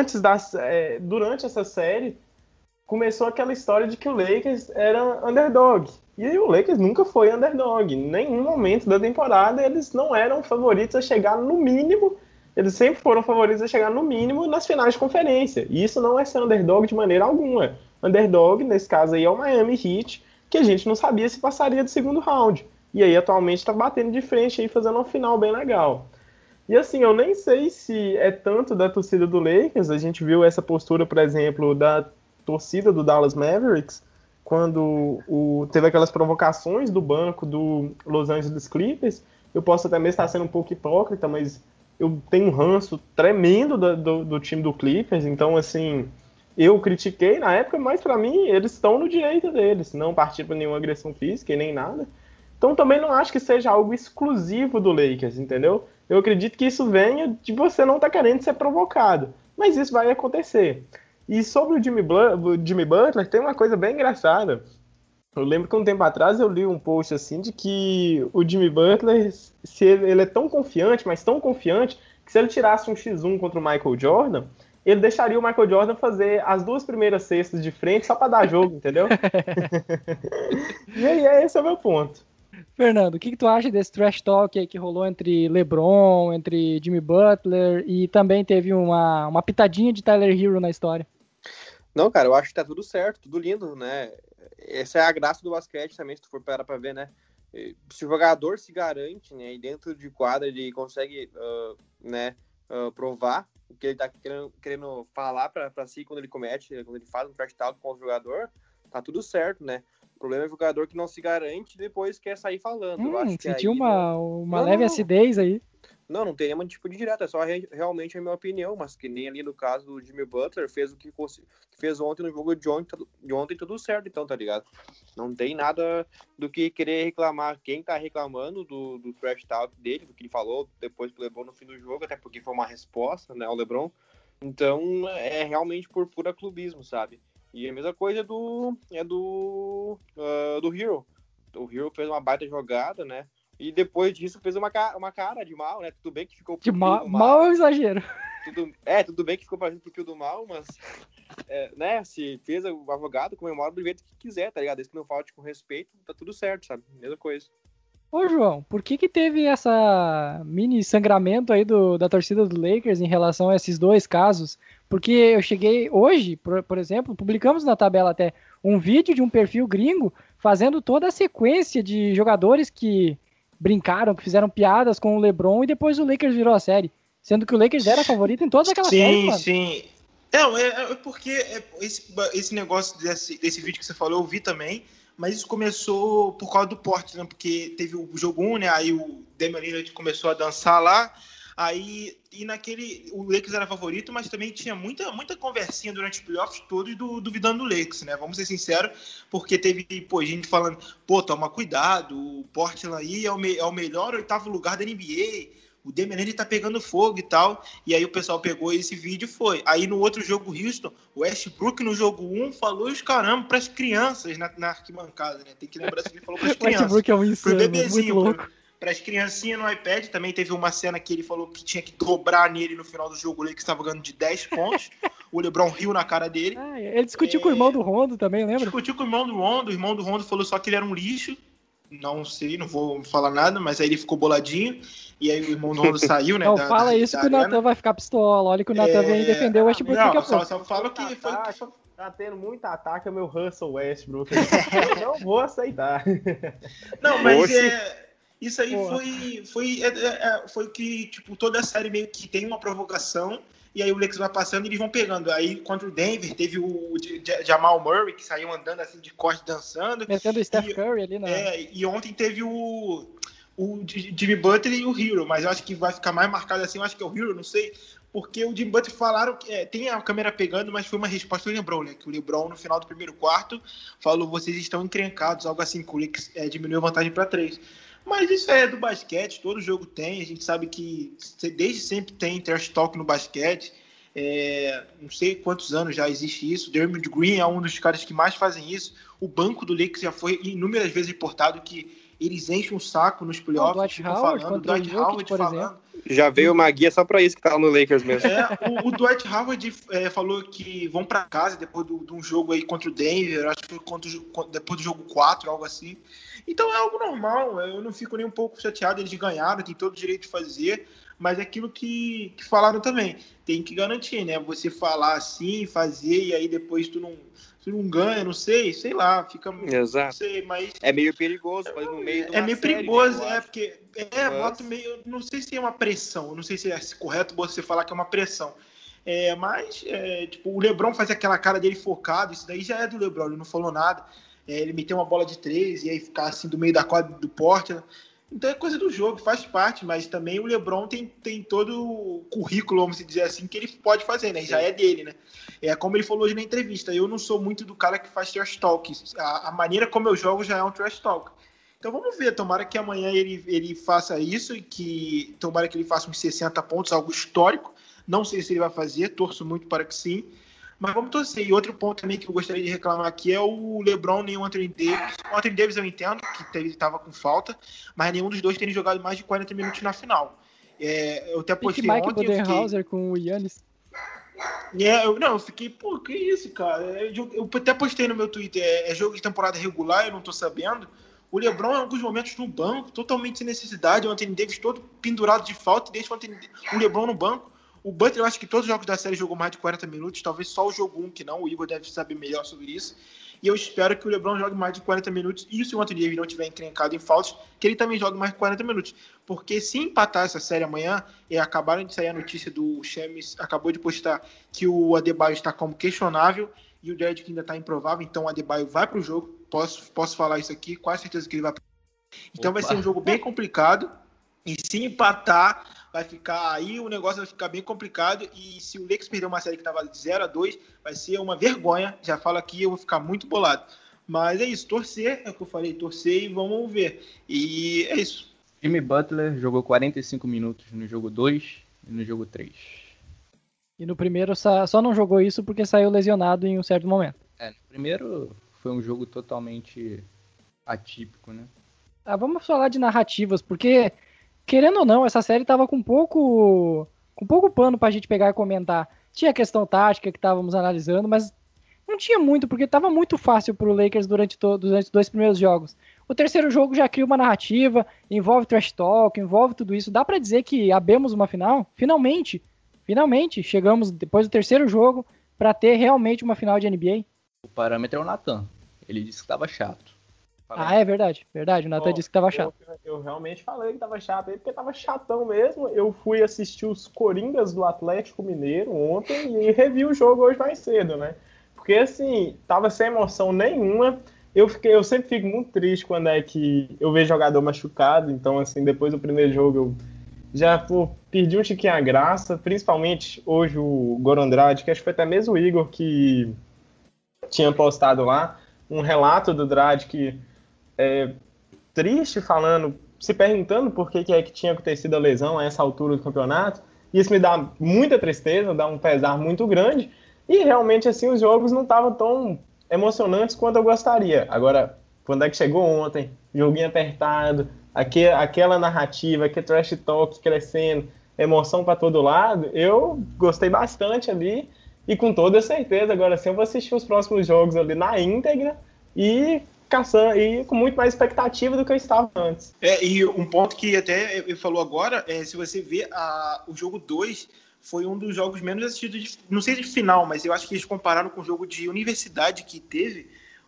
[SPEAKER 3] durante essa série, começou aquela história de que o Lakers era underdog. E aí o Lakers nunca foi underdog. Em nenhum momento da temporada eles não eram favoritos a chegar no mínimo. Eles sempre foram favoritos a chegar no mínimo nas finais de conferência. E isso não é ser underdog de maneira alguma. Underdog, nesse caso aí, é o Miami Heat, que a gente não sabia se passaria do segundo round. E aí atualmente está batendo de frente aí, fazendo uma final bem legal. E assim, eu nem sei se é tanto da torcida do Lakers. A gente viu essa postura, por exemplo, da torcida do Dallas Mavericks, quando teve aquelas provocações do banco do Los Angeles Clippers. Eu posso até mesmo estar sendo um pouco hipócrita, mas eu tenho um ranço tremendo do time do Clippers. Então, assim, eu critiquei na época, mas para mim eles estão no direito deles, não partir para nenhuma agressão física e nem nada. Então também não acho que seja algo exclusivo do Lakers, entendeu? Eu acredito que isso venha de você não estar querendo ser provocado. Mas isso vai acontecer. E sobre o Jimmy Butler, tem uma coisa bem engraçada. Eu lembro que um tempo atrás eu li um post assim de que o Jimmy Butler, se ele é tão confiante, mas tão confiante, que se ele tirasse um X1 contra o Michael Jordan, ele deixaria o Michael Jordan fazer as 2 primeiras cestas de frente só para dar jogo, entendeu? E aí, esse é o meu ponto.
[SPEAKER 1] Fernando, o que tu acha desse trash talk aí que rolou entre LeBron, entre Jimmy Butler e também teve uma pitadinha de Tyler Hero na história?
[SPEAKER 2] Não, cara, eu acho que tá tudo certo, tudo lindo, né? Essa é a graça do basquete também, se tu for parar pra ver, né? Se o jogador se garante, né, e dentro de quadra ele consegue, provar o que ele tá querendo falar pra si quando ele faz um trash talk com o jogador, tá tudo certo, né? O problema é o jogador que não se garante e depois quer sair falando. Eu acho que
[SPEAKER 1] sentiu
[SPEAKER 2] aí,
[SPEAKER 1] uma leve acidez aí.
[SPEAKER 2] Não tem nenhum tipo de direto, é só realmente a minha opinião, mas que nem ali no caso do Jimmy Butler fez o que fez ontem no jogo de ontem tudo certo, então, tá ligado? Não tem nada do que querer reclamar. Quem tá reclamando do trash talk dele, do que ele falou depois pro LeBron no fim do jogo, até porque foi uma resposta, né, ao LeBron. Então, é realmente por pura clubismo, sabe? E a mesma coisa do Hero. O Hero fez uma baita jogada, né? E depois disso fez uma cara de mal, né? Tudo bem que ficou
[SPEAKER 1] de mal é um exagero.
[SPEAKER 2] Tudo bem que ficou parecendo pro do mal, mas né? Se fez o advogado, comemora do jeito que quiser, tá ligado? Desde que não falte com respeito, tá tudo certo, sabe? Mesma coisa.
[SPEAKER 1] Ô, João, por que teve essa mini sangramento aí da torcida do Lakers em relação a esses dois casos? Porque eu cheguei hoje, por exemplo, publicamos na tabela até um vídeo de um perfil gringo fazendo toda a sequência de jogadores que brincaram, que fizeram piadas com o LeBron e depois o Lakers virou a série. Sendo que o Lakers era favorito em todas aquelas séries, mano.
[SPEAKER 5] Sim. Não, é porque esse negócio desse vídeo que você falou, eu vi também, mas isso começou por causa do Portland, né? Porque teve o jogo 1, né? Aí o Damian Lillard começou a dançar lá, o Lakers era favorito, mas também tinha muita conversinha durante os playoffs todos duvidando do Lakers, né? Vamos ser sinceros, porque teve gente falando, toma cuidado, o Portland aí é o melhor 8º lugar da NBA, o Damian Lillard tá pegando fogo e tal, e aí o pessoal pegou esse vídeo e foi. Aí no outro jogo, Houston, o Westbrook no jogo 1 falou os caramba pras crianças na arquibancada, né? Tem que lembrar que ele falou pras crianças.
[SPEAKER 1] O Westbrook é um insano,
[SPEAKER 5] pro bebezinho,
[SPEAKER 1] muito louco.
[SPEAKER 5] Para as criancinhas no iPad. Também teve uma cena que ele falou que tinha que dobrar nele no final do jogo, que estava ganhando de 10 pontos. O LeBron riu na cara dele.
[SPEAKER 1] Ele discutiu com o irmão do Rondo também, lembra?
[SPEAKER 5] Discutiu com o irmão do Rondo falou só que ele era um lixo. Não sei, não vou falar nada, mas aí ele ficou boladinho. E aí o irmão do Rondo saiu, né?
[SPEAKER 1] Não, fala isso que o Natan vai ficar pistola. Olha que o Natan vem defender o Westbrook daqui a pouco.
[SPEAKER 5] Só falo que foi...
[SPEAKER 3] Tá tendo muito ataque ao meu Russell Westbrook. Eu não vou aceitar.
[SPEAKER 5] Não, mas isso aí foi que, tipo, toda a série meio que tem uma provocação, e aí o Lakers vai passando e eles vão pegando. Aí contra o Denver teve o Jamal Murray, que saiu andando assim de corte, dançando.
[SPEAKER 1] Metendo o Steph Curry ali, né?
[SPEAKER 5] E ontem teve o Jimmy Butler e o Hero, mas eu acho que vai ficar mais marcado assim, eu acho que é o Hero, não sei, porque o Jimmy Butler falaram que tem a câmera pegando, mas foi uma resposta do LeBron, né? Que o LeBron, no final do primeiro quarto, falou: vocês estão encrencados, algo assim, que o Lakers diminuiu a vantagem para 3. Mas isso é do basquete, todo jogo tem, a gente sabe que desde sempre tem trash talk no basquete, não sei quantos anos já existe isso. Draymond Green é um dos caras que mais fazem isso. O banco do Lakers já foi inúmeras vezes reportado que eles enchem um saco nos playoffs, ficam falando, o Dwight Howard falando.
[SPEAKER 2] Já veio uma guia só pra isso que tava no Lakers mesmo.
[SPEAKER 5] O Dwight Howard falou que vão pra casa depois de um jogo aí contra o Denver, acho que foi depois do jogo 4, algo assim. Então é algo normal, eu não fico nem um pouco chateado, eles ganharam, tem todo o direito de fazer, mas é aquilo que falaram também, tem que garantir, né? Você falar assim, fazer, e aí depois tu não ganha, não sei lá, fica...
[SPEAKER 2] Exato.
[SPEAKER 5] Não sei, mas...
[SPEAKER 2] É meio perigoso, mas no meio
[SPEAKER 5] É meio perigoso, porque... bota meio... Não sei se é uma pressão, não sei se é correto você falar que é uma pressão. Mas, tipo, o LeBron faz aquela cara dele focado, isso daí já é do LeBron, ele não falou nada. Ele meteu uma bola de 3 e aí ficar assim do meio da quadra do Portland. Então é coisa do jogo, faz parte, mas também o LeBron tem todo o currículo, vamos dizer assim, que ele pode fazer, né? Já é dele, né? Como ele falou hoje na entrevista, eu não sou muito do cara que faz trash talk. A maneira como eu jogo já é um trash talk. Então vamos ver, tomara que amanhã ele faça isso e que tomara que ele faça uns 60 pontos, algo histórico. Não sei se ele vai fazer, torço muito para que sim. Mas vamos torcer. E outro ponto também que eu gostaria de reclamar aqui é o LeBron e o Anthony Davis. O Anthony Davis eu entendo que ele estava com falta, mas nenhum dos dois tem jogado mais de 40 minutos na final. Eu até postei
[SPEAKER 1] Mike
[SPEAKER 5] ontem...
[SPEAKER 1] Budenholzer com o Giannis.
[SPEAKER 5] Eu fiquei, pô, que isso, cara? Eu até postei no meu Twitter, é jogo de temporada regular, eu não tô sabendo. O LeBron, em alguns momentos, no banco, totalmente sem necessidade. O Anthony Davis todo pendurado de falta e deixa o LeBron no banco. O Butler, eu acho que todos os jogos da série jogou mais de 40 minutos, talvez só o jogo 1 que não, o Igor deve saber melhor sobre isso. E eu espero que o LeBron jogue mais de 40 minutos, e se o Anthony Davis não tiver encrencado em faltas, que ele também jogue mais de 40 minutos. Porque se empatar essa série amanhã, acabaram de sair a notícia do Chemis, acabou de postar que o Adebayo está como questionável, e o Derek ainda está improvável, então o Adebayo vai para o jogo, posso falar isso aqui, quase certeza que ele vai. Então vai ser um jogo bem complicado, e se empatar, o negócio vai ficar bem complicado, e se o Lakers perder uma série que estava de 0-2, vai ser uma vergonha, já falo aqui, eu vou ficar muito bolado. Mas é isso, torcer, é o que eu falei, torcer e vamos ver. E é isso.
[SPEAKER 4] Jimmy Butler jogou 45 minutos no jogo 2 e no jogo 3.
[SPEAKER 1] E no primeiro só não jogou isso porque saiu lesionado em um certo momento.
[SPEAKER 4] No primeiro foi um jogo totalmente atípico, né?
[SPEAKER 1] Vamos falar de narrativas, porque... Querendo ou não, essa série tava com pouco pano pra gente pegar e comentar. Tinha a questão tática que estávamos analisando, mas não tinha muito, porque tava muito fácil pro Lakers durante os 2 primeiros jogos. O terceiro jogo já cria uma narrativa, envolve trash talk, envolve tudo isso. Dá pra dizer que abemos uma final? Finalmente chegamos depois do terceiro jogo pra ter realmente uma final de NBA.
[SPEAKER 4] O parâmetro é o Natan. Ele disse que tava chato.
[SPEAKER 1] É verdade. O Natan disse que tava chato.
[SPEAKER 3] Eu realmente falei que tava chato aí, porque tava chatão mesmo. Eu fui assistir os Coringas do Atlético Mineiro ontem e revi o jogo hoje mais cedo, né? Porque, assim, tava sem emoção nenhuma. Eu sempre fico muito triste quando é que eu vejo jogador machucado. Então, assim, depois do primeiro jogo eu já perdi um tiquinho a graça. Principalmente hoje o Gorandrade, que acho que foi até mesmo o Igor que tinha postado lá um relato do Drade que triste falando, se perguntando por que é que tinha acontecido a lesão a essa altura do campeonato. Isso me dá muita tristeza, dá um pesar muito grande, e realmente assim os jogos não estavam tão emocionantes quanto eu gostaria. Agora, quando é que chegou ontem, joguinho apertado, aquela narrativa, aquele trash talk crescendo, emoção para todo lado, eu gostei bastante ali, e com toda certeza, agora sim eu vou assistir os próximos jogos ali na íntegra, e caçando e com muito mais expectativa do que eu estava antes.
[SPEAKER 5] E um ponto que até ele falou agora, se você vê o jogo 2, foi um dos jogos menos assistidos, não sei de final, mas eu acho que eles compararam com o jogo de universidade que teve.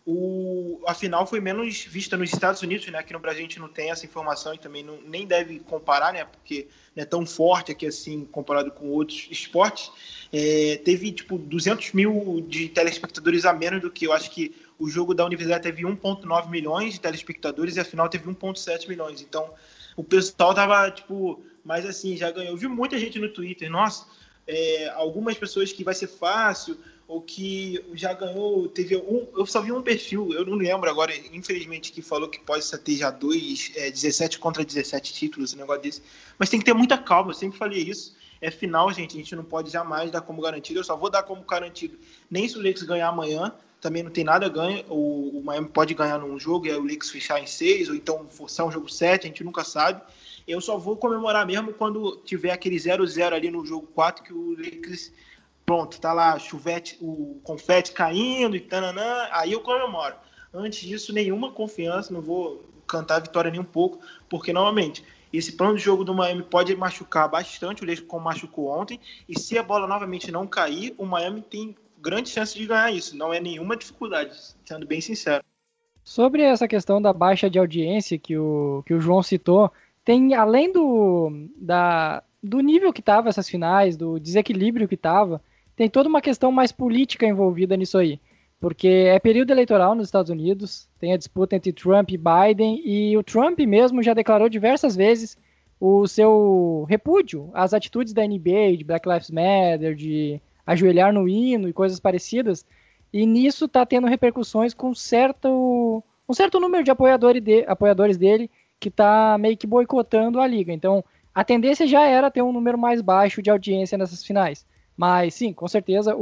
[SPEAKER 5] A final foi menos vista nos Estados Unidos, né? Aqui no Brasil a gente não tem essa informação e também nem deve comparar, né? Porque não é tão forte aqui assim comparado com outros esportes. Teve tipo 200 mil de telespectadores a menos do que eu acho que o jogo da universidade teve 1,9 milhões de telespectadores e a final teve 1,7 milhões. Então o pessoal tava tipo, mais assim, já ganhou. Eu vi muita gente no Twitter, nossa, algumas pessoas que vai ser fácil ou que já ganhou, eu só vi um perfil, eu não lembro agora, infelizmente, que falou que pode ter já 17 contra 17 títulos, um negócio desse, mas tem que ter muita calma, eu sempre falei isso, final, gente, a gente não pode jamais dar como garantido, eu só vou dar como garantido, nem se o Lakers ganhar amanhã, também não tem nada a ganhar, o Miami pode ganhar num jogo e aí o Lakers fechar em 6, ou então forçar um jogo 7, a gente nunca sabe, eu só vou comemorar mesmo quando tiver aquele 0-0 ali no jogo 4, que o Lakers... Pronto, tá lá o confete caindo e tananã, aí eu comemoro. Antes disso, nenhuma confiança, não vou cantar a vitória nem um pouco, porque, novamente, esse plano de jogo do Miami pode machucar bastante o Lakers, como machucou ontem, e se a bola novamente não cair, o Miami tem grande chance de ganhar isso, não é nenhuma dificuldade, sendo bem sincero.
[SPEAKER 1] Sobre essa questão da baixa de audiência que o João citou, tem, além do nível que estava essas finais, do desequilíbrio que estava, tem toda uma questão mais política envolvida nisso aí, porque é período eleitoral nos Estados Unidos, tem a disputa entre Trump e Biden, e o Trump mesmo já declarou diversas vezes o seu repúdio às atitudes da NBA, de Black Lives Matter, de ajoelhar no hino e coisas parecidas, e nisso está tendo repercussões com um certo número de apoiadores dele que está meio que boicotando a liga. Então, a tendência já era ter um número mais baixo de audiência nessas finais. Mas, sim, com certeza,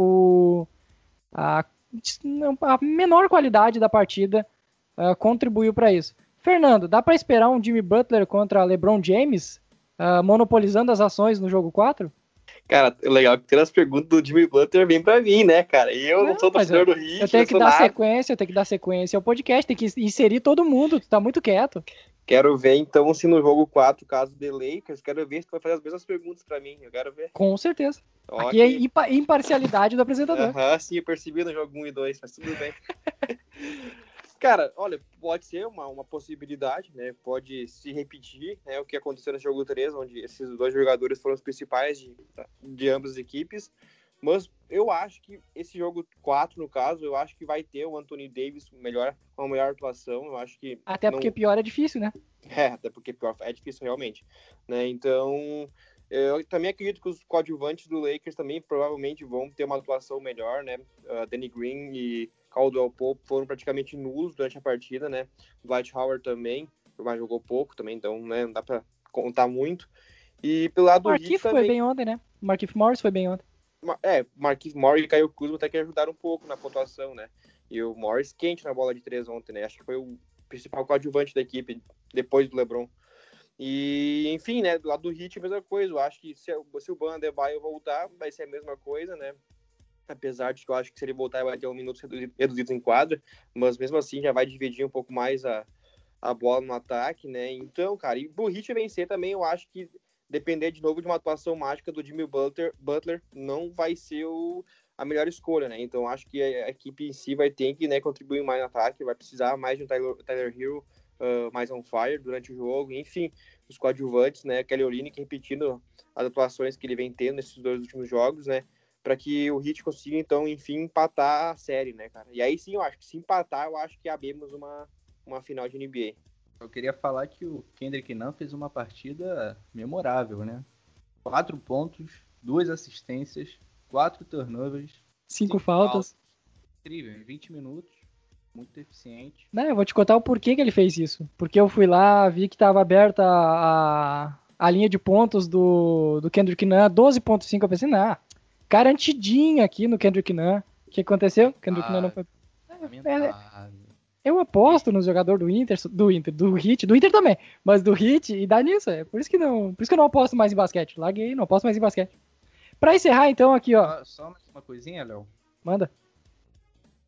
[SPEAKER 1] a menor qualidade da partida contribuiu para isso. Fernando, dá para esperar um Jimmy Butler contra LeBron James monopolizando as ações no jogo 4?
[SPEAKER 2] Cara, o legal é que as perguntas do Jimmy Butler vêm pra mim, né, cara? E eu não sou torcedor do Heat.
[SPEAKER 1] Eu tenho que dar sequência ao podcast, tem que inserir todo mundo, tu tá muito quieto.
[SPEAKER 2] Quero ver, então, se no jogo 4, caso de Lakers, quero ver se tu vai fazer as mesmas perguntas pra mim, eu quero ver.
[SPEAKER 1] Com certeza. Okay. Aqui é imparcialidade do apresentador.
[SPEAKER 2] Sim, eu percebi no jogo 1 e 2, mas tudo bem. Cara, olha, pode ser uma possibilidade, né? Pode se repetir, né? O que aconteceu no jogo 3, onde esses dois jogadores foram os principais de ambas as equipes. Mas eu acho que esse jogo 4, no caso, eu acho que vai ter o Anthony Davis com a melhor atuação. Eu acho que
[SPEAKER 1] até porque pior é difícil, né?
[SPEAKER 2] Até porque pior é difícil realmente, né? Então, eu também acredito que os coadjuvantes do Lakers também provavelmente vão ter uma atuação melhor, né? Danny Green e Caldwell Pope foram praticamente nulos durante a partida, né? Dwight Howard também, mas jogou pouco também, então, né, não dá pra contar muito. E pelo lado do
[SPEAKER 1] Markieff foi bem ontem, né? Markieff Morris foi bem ontem.
[SPEAKER 2] Markieff Morris e Caio Kuzma até que ajudaram um pouco na pontuação, né? E o Morris quente na bola de 3 ontem, né? Acho que foi o principal coadjuvante da equipe, depois do LeBron. E, enfim, né? Do lado do Heat, a mesma coisa. Eu acho que se o Bam Adebayo voltar, vai ser a mesma coisa, né? Apesar de que eu acho que se ele voltar, vai ter minutos reduzidos em quadra. Mas, mesmo assim, já vai dividir um pouco mais a bola no ataque, né? Então, cara, e pro Heat vencer também, eu acho que depender de novo de uma atuação mágica do Jimmy Butler não vai ser a melhor escolha, né? Então acho que a equipe em si vai ter que, né, contribuir mais no ataque, vai precisar mais de um Tyler Hero mais on fire durante o jogo, enfim, os coadjuvantes, né? Kelly Olynyk repetindo as atuações que ele vem tendo nesses 2 últimos jogos, né? Para que o Heat consiga, então, enfim, empatar a série, né, cara? E aí sim, eu acho que se empatar, eu acho que abrimos uma final de NBA.
[SPEAKER 4] Eu queria falar que o Kendrick Nunn fez uma partida memorável, né? 4 pontos, 2 assistências, 4 turnovers,
[SPEAKER 1] 5 faltas.
[SPEAKER 4] Incrível, em 20 minutos, muito eficiente.
[SPEAKER 1] Não, eu vou te contar o porquê que ele fez isso. Porque eu fui lá, vi que estava aberta a linha de pontos do Kendrick Nunn, 12.5, eu pensei, garantidinho aqui no Kendrick Nunn. O que aconteceu? Kendrick Nunn não foi... Eu aposto no jogador do Heat, do Inter também, mas do Heat, e dá nisso, por isso que eu não aposto mais em basquete, larguei, não aposto mais em basquete. Pra encerrar então aqui, ó.
[SPEAKER 4] Só mais uma coisinha, Léo.
[SPEAKER 1] Manda.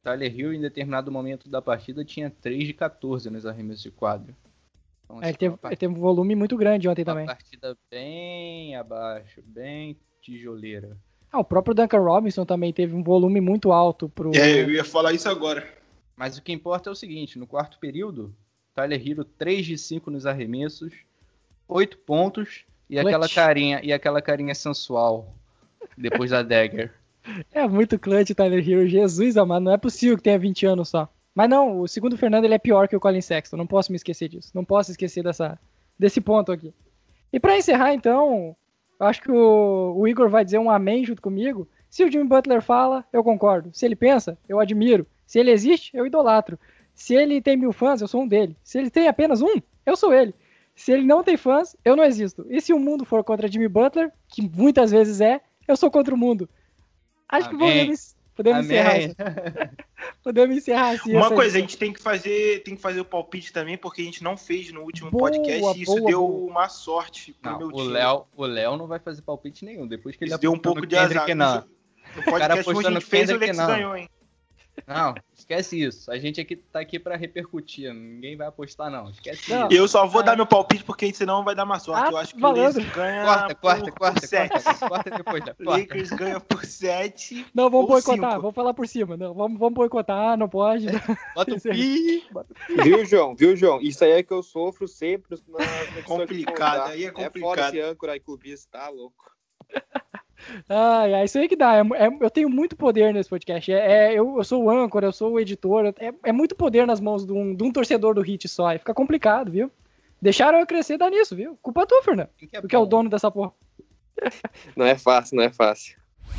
[SPEAKER 4] Tyler Hero, em determinado momento da partida, tinha 3 de 14 nos arremessos de quadra. Então,
[SPEAKER 1] Ele teve um volume muito grande ontem também.
[SPEAKER 4] Uma partida bem abaixo, bem tijoleira.
[SPEAKER 1] O próprio Duncan Robinson também teve um volume muito alto pro...
[SPEAKER 5] Eu ia falar isso agora.
[SPEAKER 4] Mas o que importa é o seguinte, no quarto período, Tyler Hero 3 de 5 nos arremessos, 8 pontos e aquela carinha sensual depois da dagger.
[SPEAKER 1] É muito clutch o Tyler Hero, Jesus amado, não é possível que tenha 20 anos só. Mas não, o segundo Fernando ele é pior que o Colin Sexton, não posso me esquecer disso, não posso esquecer desse ponto aqui. E pra encerrar então, acho que o Igor vai dizer um amém junto comigo. Se o Jimmy Butler fala, eu concordo. Se ele pensa, eu admiro. Se ele existe, eu idolatro. Se ele tem 1000 fãs, eu sou um dele. Se ele tem apenas um, eu sou ele. Se ele não tem fãs, eu não existo. E se o mundo for contra Jimmy Butler, que muitas vezes eu sou contra o mundo. Acho
[SPEAKER 4] Amém.
[SPEAKER 1] que podemos encerrar assim. Podemos encerrar assim.
[SPEAKER 5] Uma coisa, a gente tem que fazer o palpite também, porque a gente não fez no último podcast e isso deu uma sorte pro meu time.
[SPEAKER 4] O Léo não vai fazer palpite nenhum. Depois que ele
[SPEAKER 5] deu um pouco de azar.
[SPEAKER 4] No podcast
[SPEAKER 5] hoje a gente fez, o Lex ganhou, hein?
[SPEAKER 4] Não, esquece isso. A gente tá aqui pra repercutir. Ninguém vai apostar, não. Esquece isso.
[SPEAKER 5] Eu só vou dar meu palpite porque senão vai dar má sorte. Eu acho que o Lakers ganha
[SPEAKER 4] Corta 7. Corta depois.
[SPEAKER 5] Lakers ganha por 7.
[SPEAKER 1] Não, vamos boicotar. Vamos falar por cima. Não, vamos boicotar, não pode.
[SPEAKER 4] Bota o pi.
[SPEAKER 2] Viu, João? Isso aí é que eu sofro sempre.
[SPEAKER 5] Complicado, aí é complicado.
[SPEAKER 2] É fora esse âncora aí, clubista, tá louco.
[SPEAKER 1] Isso aí que dá. Eu tenho muito poder nesse podcast. Eu sou o âncora, eu sou o editor. É muito poder nas mãos de um torcedor do Heat só. Aí fica complicado, viu? Deixaram eu crescer, dá nisso, viu? Culpa tua, Fernando. Porque é o dono dessa porra.
[SPEAKER 2] Não é fácil.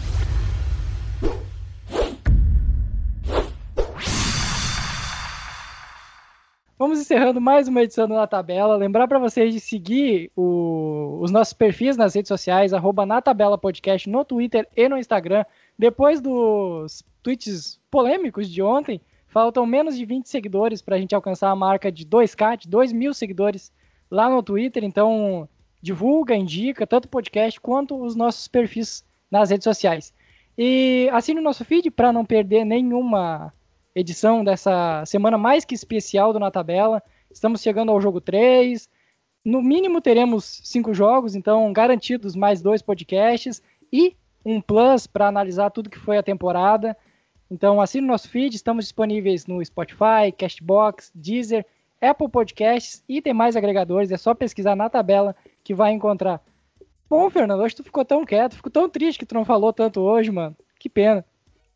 [SPEAKER 1] Vamos encerrando mais uma edição do Na Tabela. Lembrar para vocês de seguir os nossos perfis nas redes sociais, @natabelapodcast no Twitter e no Instagram. Depois dos tweets polêmicos de ontem, faltam menos de 20 seguidores para a gente alcançar a marca de 2K, de 2.000 seguidores lá no Twitter. Então, divulga, indica, tanto o podcast quanto os nossos perfis nas redes sociais. E assine o nosso feed para não perder nenhuma edição dessa semana mais que especial do Na Tabela. Estamos chegando ao jogo 3. No mínimo teremos 5 jogos, então garantidos mais 2 podcasts e um plus para analisar tudo que foi a temporada. Então assine o nosso feed, estamos disponíveis no Spotify, Castbox, Deezer, Apple Podcasts e demais agregadores. É só pesquisar Na Tabela que vai encontrar. Bom, Fernando, hoje tu ficou tão quieto, fico tão triste que tu não falou tanto hoje, mano. Que pena.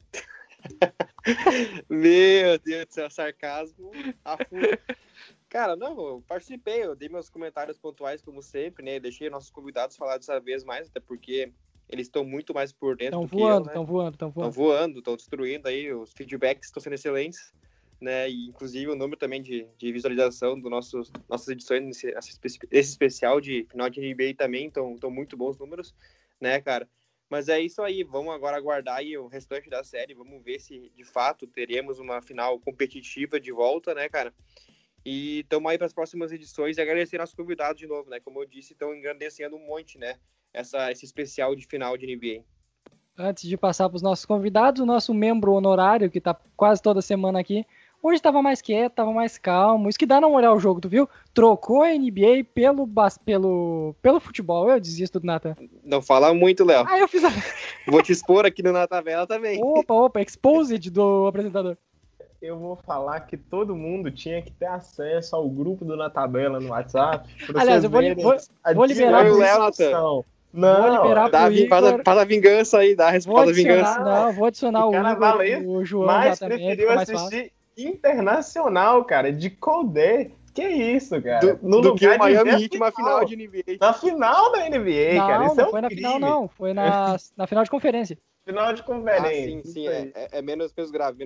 [SPEAKER 2] Meu Deus do céu, sarcasmo a fundo. Cara, não, eu participei, eu dei meus comentários pontuais como sempre, né? Eu deixei nossos convidados falar dessa vez mais, até porque eles estão muito mais por dentro do que eu, né? Estão voando, estão destruindo aí, os feedbacks estão sendo excelentes, né? E inclusive o número também de visualização do nossas edições, esse especial de final de NBA também, estão muito bons números, né, cara? Mas é isso aí, vamos agora aguardar aí o restante da série, vamos ver se de fato teremos uma final competitiva de volta, né, cara? E estamos aí para as próximas edições e agradecer nossos convidados de novo, né? Como eu disse, estão engrandecendo um monte, né? Esse especial de final de NBA.
[SPEAKER 1] Antes de passar para os nossos convidados, o nosso membro honorário, que está quase toda semana aqui, hoje estava mais quieto, estava mais calmo. Isso que dá não olhar o jogo, tu viu? Trocou a NBA pelo futebol. Eu desisto do Nathan.
[SPEAKER 2] Não fala muito, Léo.
[SPEAKER 1] Eu fiz
[SPEAKER 2] Vou te expor aqui no Na Tabela também.
[SPEAKER 1] Opa, exposed do apresentador.
[SPEAKER 3] Eu vou falar que todo mundo tinha que ter acesso ao grupo do Na Tabela no WhatsApp.
[SPEAKER 1] Aliás, eu vou liberar
[SPEAKER 2] o Léo, Nathan.
[SPEAKER 3] Não,
[SPEAKER 1] vou liberar
[SPEAKER 2] faz a vingança aí, dá a resposta da vingança.
[SPEAKER 1] Não, vou adicionar o Igor, o João
[SPEAKER 3] mas
[SPEAKER 1] já também.
[SPEAKER 3] Preferiu assistir Internacional, cara, de Codê. Que isso, cara?
[SPEAKER 2] Do que o Miami Heat, uma final de NBA.
[SPEAKER 3] Na final da NBA, cara. Isso
[SPEAKER 1] não foi na final, não. Foi na final de conferência.
[SPEAKER 3] Final de conferência.
[SPEAKER 2] Sim, é menos grave.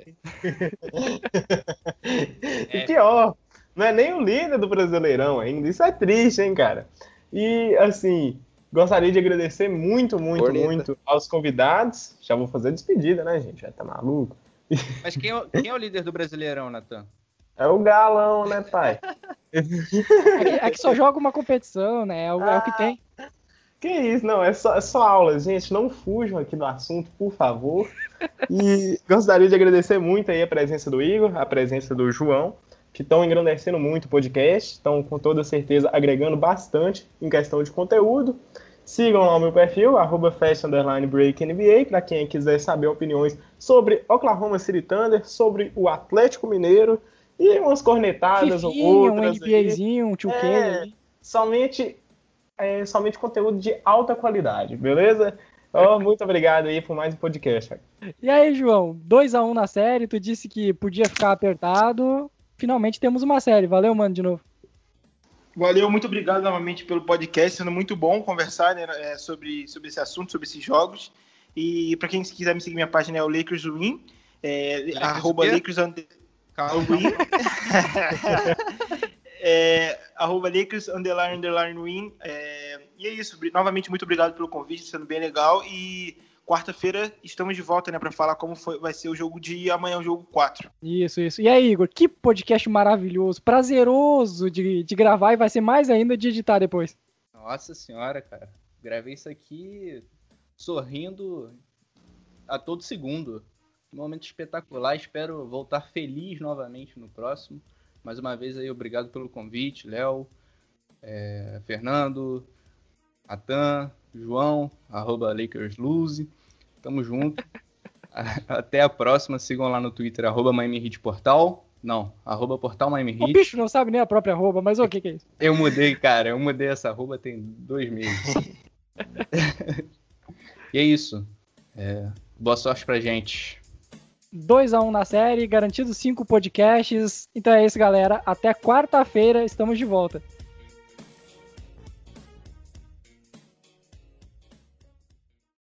[SPEAKER 3] E pior, não é nem o líder do Brasileirão ainda. Isso é triste, hein, cara? E, assim, gostaria de agradecer muito aos convidados. Já vou fazer a despedida, né, gente? Já tá maluco?
[SPEAKER 4] Mas quem é o líder do Brasileirão, Natan?
[SPEAKER 3] É o Galão, né, pai?
[SPEAKER 1] É que só joga uma competição, né? É o que tem.
[SPEAKER 3] Que isso, não, é só aulas, gente. Não fujam aqui do assunto, por favor. E gostaria de agradecer muito aí a presença do Igor, a presença do João, que estão engrandecendo muito o podcast, estão com toda certeza agregando bastante em questão de conteúdo. Sigam lá o meu perfil, @fast_breakNBA, para quem quiser saber opiniões sobre Oklahoma City Thunder, sobre o Atlético Mineiro e umas cornetadas ou outras.
[SPEAKER 1] Um NBAzinho, um 2K.
[SPEAKER 3] Somente conteúdo de alta qualidade, beleza? Muito obrigado aí por mais um podcast.
[SPEAKER 1] E aí, João, 2-1 na série, tu disse que podia ficar apertado. Finalmente temos uma série. Valeu, mano, de novo.
[SPEAKER 5] Valeu, muito obrigado novamente pelo podcast, sendo muito bom conversar, né, sobre esse assunto, sobre esses jogos. E para quem quiser me seguir, minha página é o Lakers Win, @Lakers @Lakers_Win. E é isso, novamente muito obrigado pelo convite, sendo bem legal. E quarta-feira estamos de volta, né, para falar como vai ser o jogo de amanhã, o jogo 4.
[SPEAKER 1] Isso. E aí, Igor, que podcast maravilhoso, prazeroso de gravar e vai ser mais ainda de editar depois.
[SPEAKER 4] Nossa senhora, cara. Gravei isso aqui sorrindo a todo segundo. Um momento espetacular. Espero voltar feliz novamente no próximo. Mais uma vez aí, obrigado pelo convite, Léo, Fernando, Atan, João, @LakersLose. Tamo junto. Até a próxima. Sigam lá no Twitter, @MiamiHeatPortal. Não, @PortalMiamiHeat.
[SPEAKER 1] O bicho não sabe nem a própria arroba, mas o que é isso?
[SPEAKER 4] Eu mudei, cara. Eu mudei essa arroba tem 2 meses. E é isso. Boa sorte pra gente.
[SPEAKER 1] 2-1 na série, garantido 5 podcasts. Então é isso, galera. Até quarta-feira, estamos de volta.